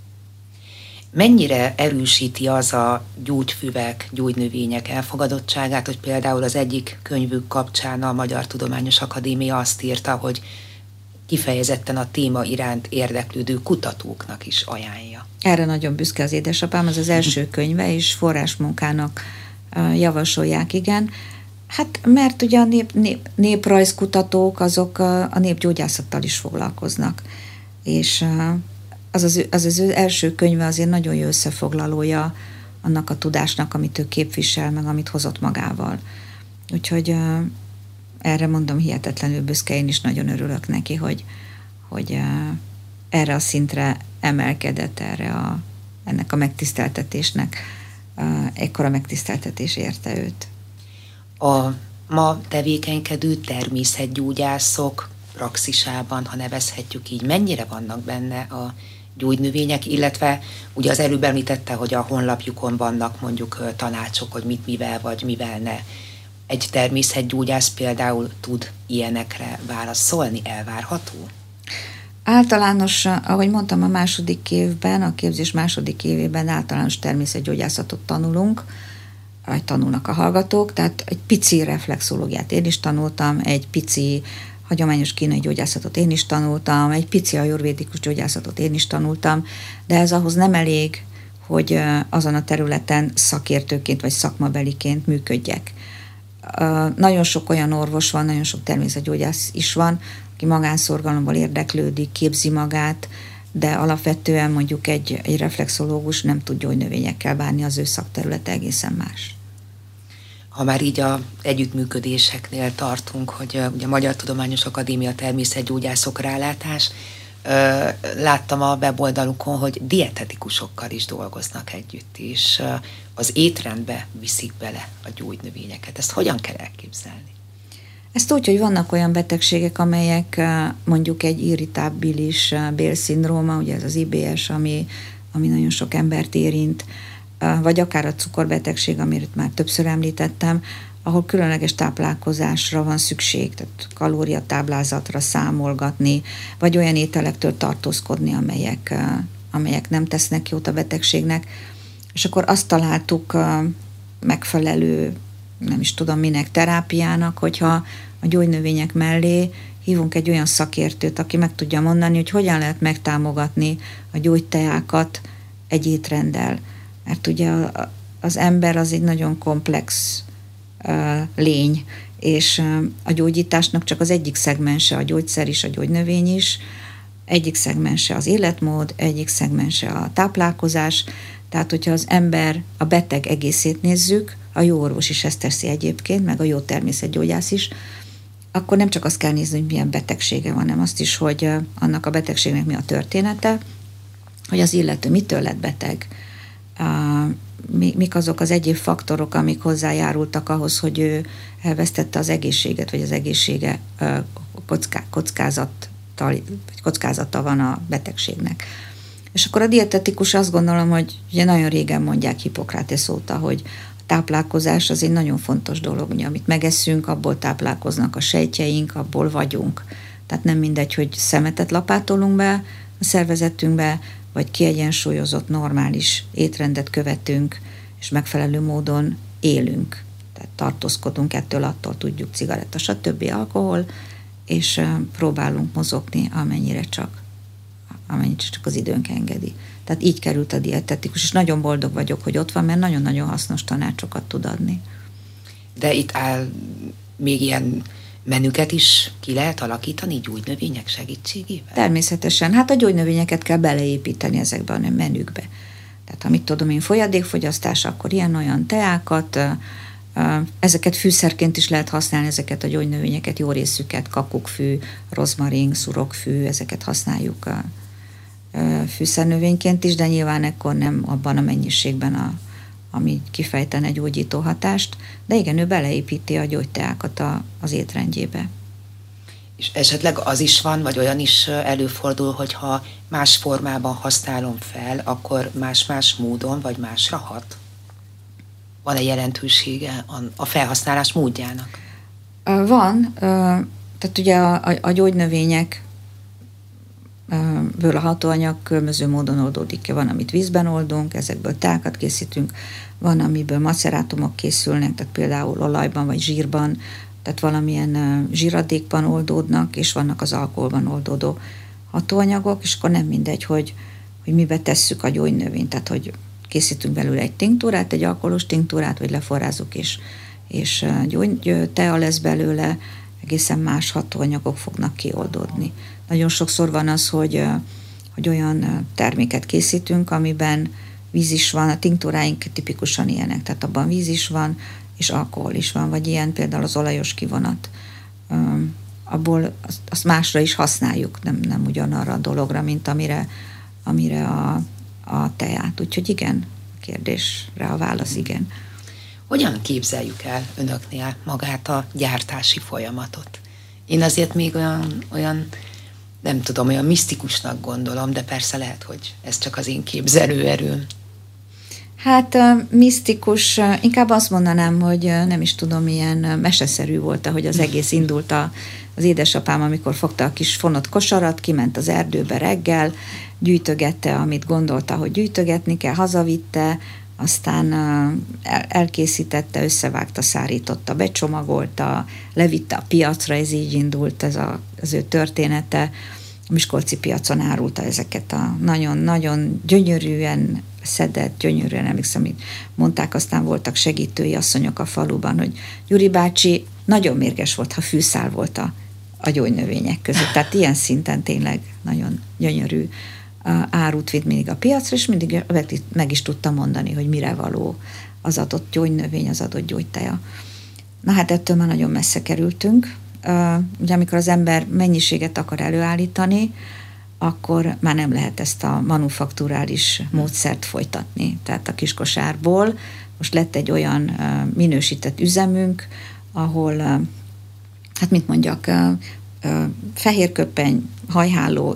Mennyire erősíti az a gyógyfüvek, gyógynövények elfogadottságát, hogy például az egyik könyvük kapcsán a Magyar Tudományos Akadémia azt írta, hogy kifejezetten a téma iránt érdeklődő kutatóknak is ajánlja. Erre nagyon büszke az édesapám, az első könyve, és forrásmunkának javasolják, igen. Hát mert ugye a néprajzkutatók azok a népgyógyászattal is foglalkoznak, és az ő első könyve azért nagyon jó összefoglalója annak a tudásnak, amit ő képvisel, meg amit hozott magával. Úgyhogy erre mondom, hihetetlenül büszke, én is nagyon örülök neki, hogy erre a szintre emelkedett, ennek a megtiszteltetésnek, ekkora megtiszteltetés érte őt. A ma tevékenykedő természetgyógyászok praxisában, ha nevezhetjük így, mennyire vannak benne a gyógynövények, illetve ugye az előbb említette, hogy a honlapjukon vannak mondjuk tanácsok, hogy mit mivel vagy mivel ne. Egy természetgyógyász például tud ilyenekre válaszolni, elvárható? Általános, ahogy mondtam, a második évben, a képzés második évében általános természetgyógyászatot tanulunk, vagy tanulnak a hallgatók, tehát egy pici reflexológiát én is tanultam, egy pici hagyományos kínai gyógyászatot én is tanultam, egy pici ajurvédikus gyógyászatot én is tanultam, de ez ahhoz nem elég, hogy azon a területen szakértőként vagy szakmabeliként működjek. Nagyon sok olyan orvos van, nagyon sok természetgyógyász is van, aki magánszorgalomból érdeklődik, képzi magát, de alapvetően mondjuk egy reflexológus nem tud gyógynövényekkel bánni, az ő szakterülete egészen más. Ha már így az együttműködéseknél tartunk, hogy ugye a Magyar Tudományos Akadémia természetgyógyászok rálátás, láttam a weboldalukon, hogy dietetikusokkal is dolgoznak együtt, és az étrendbe viszik bele a gyógynövényeket. Ezt hogyan kell elképzelni? Ezt úgy, hogy vannak olyan betegségek, amelyek mondjuk egy irritábilis bélszindróma, ugye ez az IBS, ami nagyon sok embert érint, vagy akár a cukorbetegség, amit már többször említettem, ahol különleges táplálkozásra van szükség, tehát kalóriatáblázatra számolgatni, vagy olyan ételektől tartózkodni, amelyek nem tesznek jót a betegségnek. És akkor azt találtuk megfelelő, nem is tudom minek, terápiának, hogyha a gyógynövények mellé hívunk egy olyan szakértőt, aki meg tudja mondani, hogy hogyan lehet megtámogatni a gyógyteákat egy étrenddel. Mert ugye az ember az egy nagyon komplex lény, és a gyógyításnak csak az egyik szegmense a gyógyszer is, a gyógynövény is, egyik szegmense az életmód, egyik szegmense a táplálkozás, tehát hogyha az ember, a beteg egészét nézzük, a jó orvos is ezt teszi egyébként, meg a jó természetgyógyász is, akkor nem csak azt kell nézni, hogy milyen betegsége van, hanem azt is, hogy annak a betegségnek mi a története, hogy az illető mitől lett beteg, mik azok az egyéb faktorok, amik hozzájárultak ahhoz, hogy ő elvesztette az egészséget, vagy az egészsége kockázata van a betegségnek. És akkor a dietetikus, azt gondolom, hogy ugye nagyon régen mondják Hippokratész óta, hogy a táplálkozás az egy nagyon fontos dolog, ugye, amit megeszünk, abból táplálkoznak a sejtjeink, abból vagyunk. Tehát nem mindegy, hogy szemetet lapátolunk be a szervezetünkbe, vagy kiegyensúlyozott, normális étrendet követünk, és megfelelő módon élünk. Tehát tartózkodunk ettől, attól, tudjuk, cigaretta, stb. Alkohol, és próbálunk mozogni, amennyire csak az időnk engedi. Tehát így került a dietetikus, és nagyon boldog vagyok, hogy ott van, mert nagyon-nagyon hasznos tanácsokat tud adni. De itt még ilyen menüket is ki lehet alakítani gyógynövények segítségével? Természetesen. Hát a gyógynövényeket kell beleépíteni ezekbe a menükbe. Tehát ha mit tudom én, folyadékfogyasztás, akkor ilyen-olyan teákat, ezeket fűszerként is lehet használni, ezeket a gyógynövényeket, jó részüket, kakukkfű, rozmarin, szurokfű, ezeket használjuk a fűszernövényként is, de nyilván ekkor nem abban a mennyiségben, ami kifejtene gyógyító hatást, de igen, ő beleépíti a gyógyteákat az étrendjébe. És esetleg az is van, vagy olyan is előfordul, hogyha más formában használom fel, akkor más-más módon, vagy másra hat? Van-e jelentősége a felhasználás módjának? Van, tehát ugye a gyógynövények ből a hatóanyag különböző módon oldódik ki. Van, amit vízben oldunk, ezekből teákat készítünk, van, amiből macerátumok készülnek, tehát például olajban vagy zsírban, tehát valamilyen zsíradékban oldódnak, és vannak az alkoholban oldódó hatóanyagok, és akkor nem mindegy, hogy mibe tesszük a gyógynövényt, tehát hogy készítünk belőle egy tinktúrát, egy alkoholos tinktúrát, vagy leforrázunk, és tea lesz belőle, egészen más hatóanyagok fognak kioldódni. Nagyon sokszor van az, hogy olyan terméket készítünk, amiben víz is van, a tinktúráink tipikusan ilyenek, tehát abban víz is van, és alkohol is van, vagy ilyen például az olajos kivonat. Abból azt másra is használjuk, nem ugyanarra a dologra, mint amire a teát. Úgyhogy igen, a kérdésre a válasz igen. Hogyan képzeljük el önöknél magát a gyártási folyamatot? Én azért még olyan nem tudom, olyan misztikusnak gondolom, de persze lehet, hogy ez csak az én képzelőerőm. Hát misztikus, inkább azt mondanám, hogy nem is tudom, ilyen meseszerű volt, ahogy az egész indult az édesapám, amikor fogta a kis fonott kosarat, kiment az erdőbe reggel, gyűjtögette, amit gondolta, hogy gyűjtögetni kell, hazavitte, aztán elkészítette, összevágta, szárította, becsomagolta, levitte a piacra, ez így indult az ő története. A miskolci piacon árulta ezeket a nagyon-nagyon gyönyörűen szedett, gyönyörűen, emlékszem, amit mondták, aztán voltak segítői asszonyok a faluban, hogy Gyuri bácsi nagyon mérges volt, ha fűszál volt a gyógynövények között. Tehát ilyen szinten tényleg nagyon gyönyörű árut vitt mindig a piacra, és mindig meg is tudta mondani, hogy mire való az adott gyógynövény, az adott gyógyteja. Na hát ettől már nagyon messze kerültünk. Ugye amikor az ember mennyiséget akar előállítani, akkor már nem lehet ezt a manufakturális módszert folytatni. Tehát a kiskosárból most lett egy olyan minősített üzemünk, ahol, hát mit mondjak, fehérköpeny, hajháló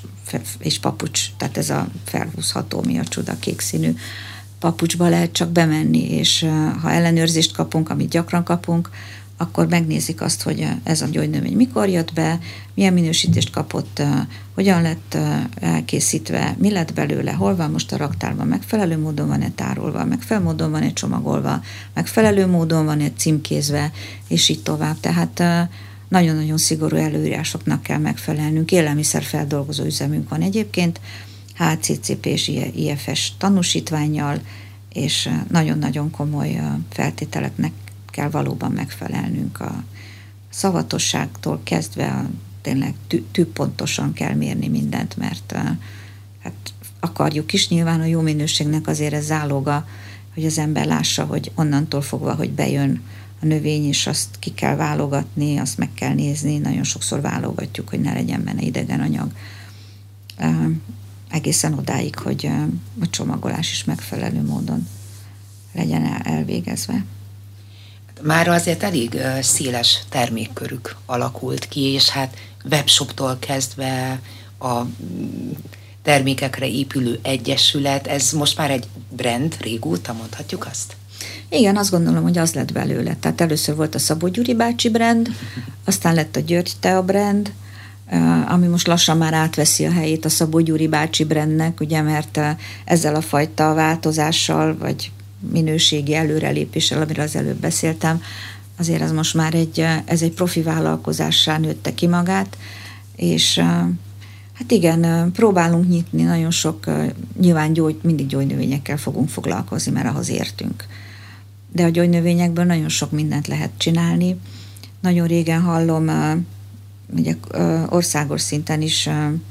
és papucs, tehát ez a felhúzható, mi a csuda, kék színű papucsba lehet csak bemenni, és ha ellenőrzést kapunk, amit gyakran kapunk, akkor megnézik azt, hogy ez a gyógynövény mikor jött be, milyen minősítést kapott, hogyan lett elkészítve, mi lett belőle, hol van most a raktárban, megfelelő módon van-e tárolva, megfelelő módon van-e csomagolva, megfelelő módon van-e címkézve, és így tovább. Tehát nagyon-nagyon szigorú előírásoknak kell megfelelnünk. Élelmiszerfeldolgozó üzemünk van egyébként, HCCP és IFS tanúsítvánnyal, és nagyon-nagyon komoly feltételeknek kell valóban megfelelnünk. A szavatosságtól kezdve tényleg tűpontosan kell mérni mindent, mert hát akarjuk is, nyilván a jó minőségnek azért ez záloga, hogy az ember lássa, hogy onnantól fogva, hogy bejön a növény, és azt ki kell válogatni, azt meg kell nézni, nagyon sokszor válogatjuk, hogy ne legyen benne idegen anyag. Egészen odáig, hogy a csomagolás is megfelelő módon legyen elvégezve. Már azért elég széles termékkörük alakult ki, és hát webshoptól kezdve a termékekre épülő egyesület, ez most már egy brand, régóta mondhatjuk azt? Igen, azt gondolom, hogy az lett belőle. Tehát először volt a Szabó Gyuri bácsi brand, aztán lett a György Tea brand, ami most lassan már átveszi a helyét a Szabó Gyuri bácsi brandnek, ugye, mert ezzel a fajta változással, vagy minőségi előrelépéssel, amiről az előbb beszéltem, azért az most már ez egy profi vállalkozássá nőtte ki magát, és hát igen, próbálunk nyitni, nagyon sok, nyilván mindig gyógynövényekkel fogunk foglalkozni, mert ahhoz értünk. De a gyógynövényekből nagyon sok mindent lehet csinálni. Nagyon régen hallom, ugye országos szinten is,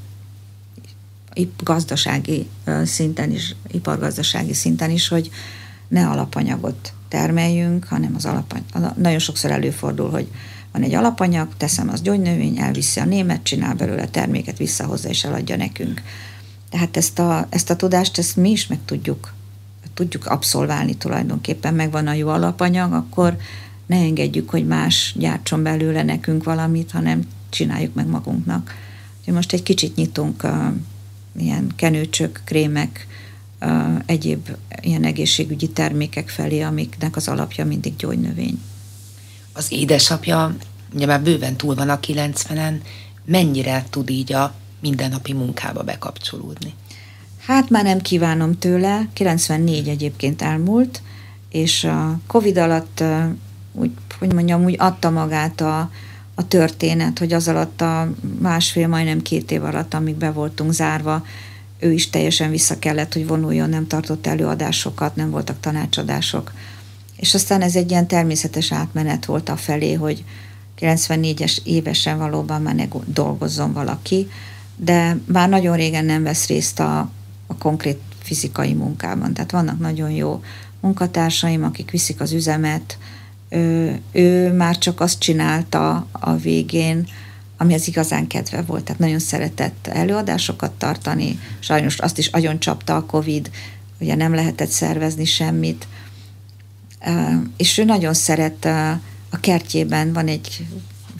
gazdasági szinten is, ipargazdasági szinten is, hogy ne alapanyagot termeljünk, hanem az alapanyag. Nagyon sokszor előfordul, hogy van egy alapanyag, teszem az gyógynövény, elviszi a német, csinál belőle terméket, visszahozza és eladja nekünk. Tehát ezt a tudást, mi is meg tudjuk abszolválni tulajdonképpen, megvan a jó alapanyag, akkor ne engedjük, hogy más gyártson belőle nekünk valamit, hanem csináljuk meg magunknak. Most egy kicsit nyitunk ilyen kenőcsök, krémek, egyéb ilyen egészségügyi termékek felé, amiknek az alapja mindig gyógynövény. Az édesapja, ugye már bőven túl van a 90-en, mennyire tud így a mindennapi munkába bekapcsolódni? Hát már nem kívánom tőle, 94 egyébként elmúlt, és a Covid alatt úgy adta magát a történet, hogy az alatt a másfél, majdnem 2 év alatt, amíg be voltunk zárva, ő is teljesen vissza kellett, hogy vonuljon, nem tartott előadásokat, nem voltak tanácsadások. És aztán ez egy ilyen természetes átmenet volt afelé, hogy 94-es évesen valóban már ne dolgozzon valaki, de már nagyon régen nem vesz részt a konkrét fizikai munkában. Tehát vannak nagyon jó munkatársaim, akik viszik az üzemet, ő már csak azt csinálta a végén, ami az igazán kedve volt. Tehát nagyon szeretett előadásokat tartani, sajnos azt is agyon csapta a Covid, ugye nem lehetett szervezni semmit, és ő nagyon szeret, a kertjében van egy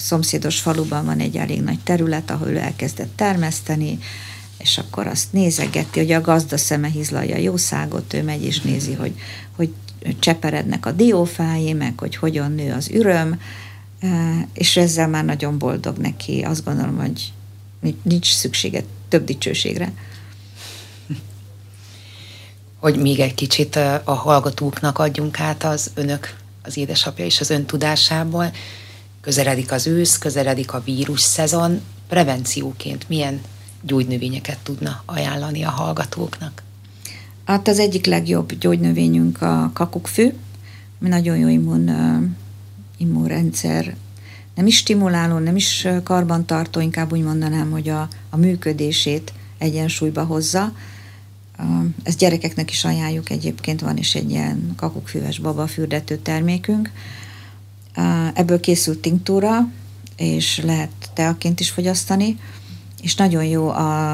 szomszédos faluban van egy elég nagy terület, ahol ő elkezdett termeszteni, és akkor azt nézegeti, hogy a gazda szeme hizlalja a jószágot, ő megy és nézi, hogy cseperednek a diófái, meg hogy hogyan nő az üröm, és ezzel már nagyon boldog neki. Azt gondolom, hogy nincs szüksége több dicsőségre. Hogy még egy kicsit a hallgatóknak adjunk át az édesapja és az ön tudásából. Közeledik az ősz, közeledik a vírus szezon. Prevencióként milyen gyógynövényeket tudna ajánlani a hallgatóknak? Hát az egyik legjobb gyógynövényünk a kakukkfű, ami nagyon jó immunrendszer, nem is stimuláló, nem is karbantartó, inkább úgy mondanám, hogy a működését egyensúlyba hozza. Ezt gyerekeknek is ajánljuk, egyébként van is egy ilyen kakukkfüves babafürdető termékünk. Ebből készült tinktúra, és lehet teaként is fogyasztani, és nagyon jó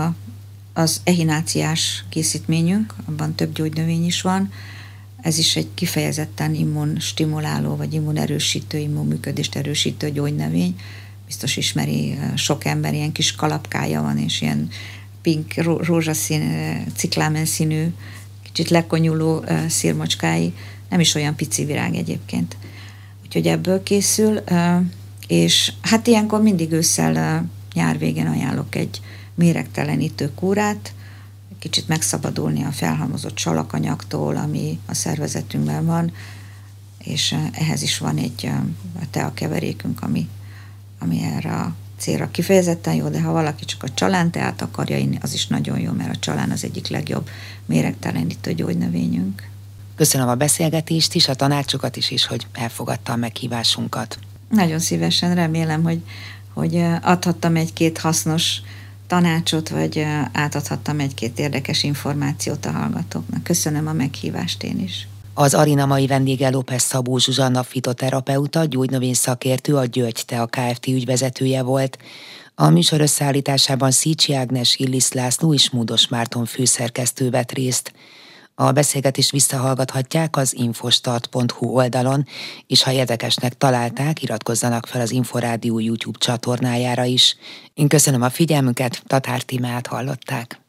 az ehináciás készítményünk, abban több gyógynövény is van. Ez is egy kifejezetten immunstimuláló, vagy immunerősítő, immunműködést erősítő gyógynövény. Biztos ismeri sok ember, ilyen kis kalapkája van, és ilyen pink, rózsaszín, ciklámen színű, kicsit lekonyuló szirmocskái, nem is olyan pici virág egyébként. Úgyhogy ebből készül, és hát ilyenkor mindig ősszel, nyár végén ajánlok egy méregtelenítő kúrát, kicsit megszabadulni a felhalmozott salakanyagtól, ami a szervezetünkben van, és ehhez is van egy teakeverékünk, ami erre a célra kifejezetten jó, de ha valaki csak a csalánteát akarja inni, az is nagyon jó, mert a csalán az egyik legjobb méregtelenítő gyógynövényünk. Köszönöm a beszélgetést is, a tanácsokat is, és hogy elfogadta a meghívásunkat. Nagyon szívesen, remélem, hogy adhattam egy-két hasznos tanácsot, vagy átadhattam egy-két érdekes információt a hallgatóknak. Köszönöm a meghívást én is. Az Arina mai vendége López Szabó Zsuzsanna fitoterapeuta, gyógynövény szakértő, a György Tea Kft. Ügyvezetője volt. A műsor összeállításában Szícsi Ágnes, Illis László és Módos Márton főszerkesztő vett részt. A beszélgetést visszahallgathatják az infostart.hu oldalon, és ha érdekesnek találták, iratkozzanak fel az Inforádió YouTube csatornájára is. Én köszönöm a figyelmüket, Tatár Tímát hallották.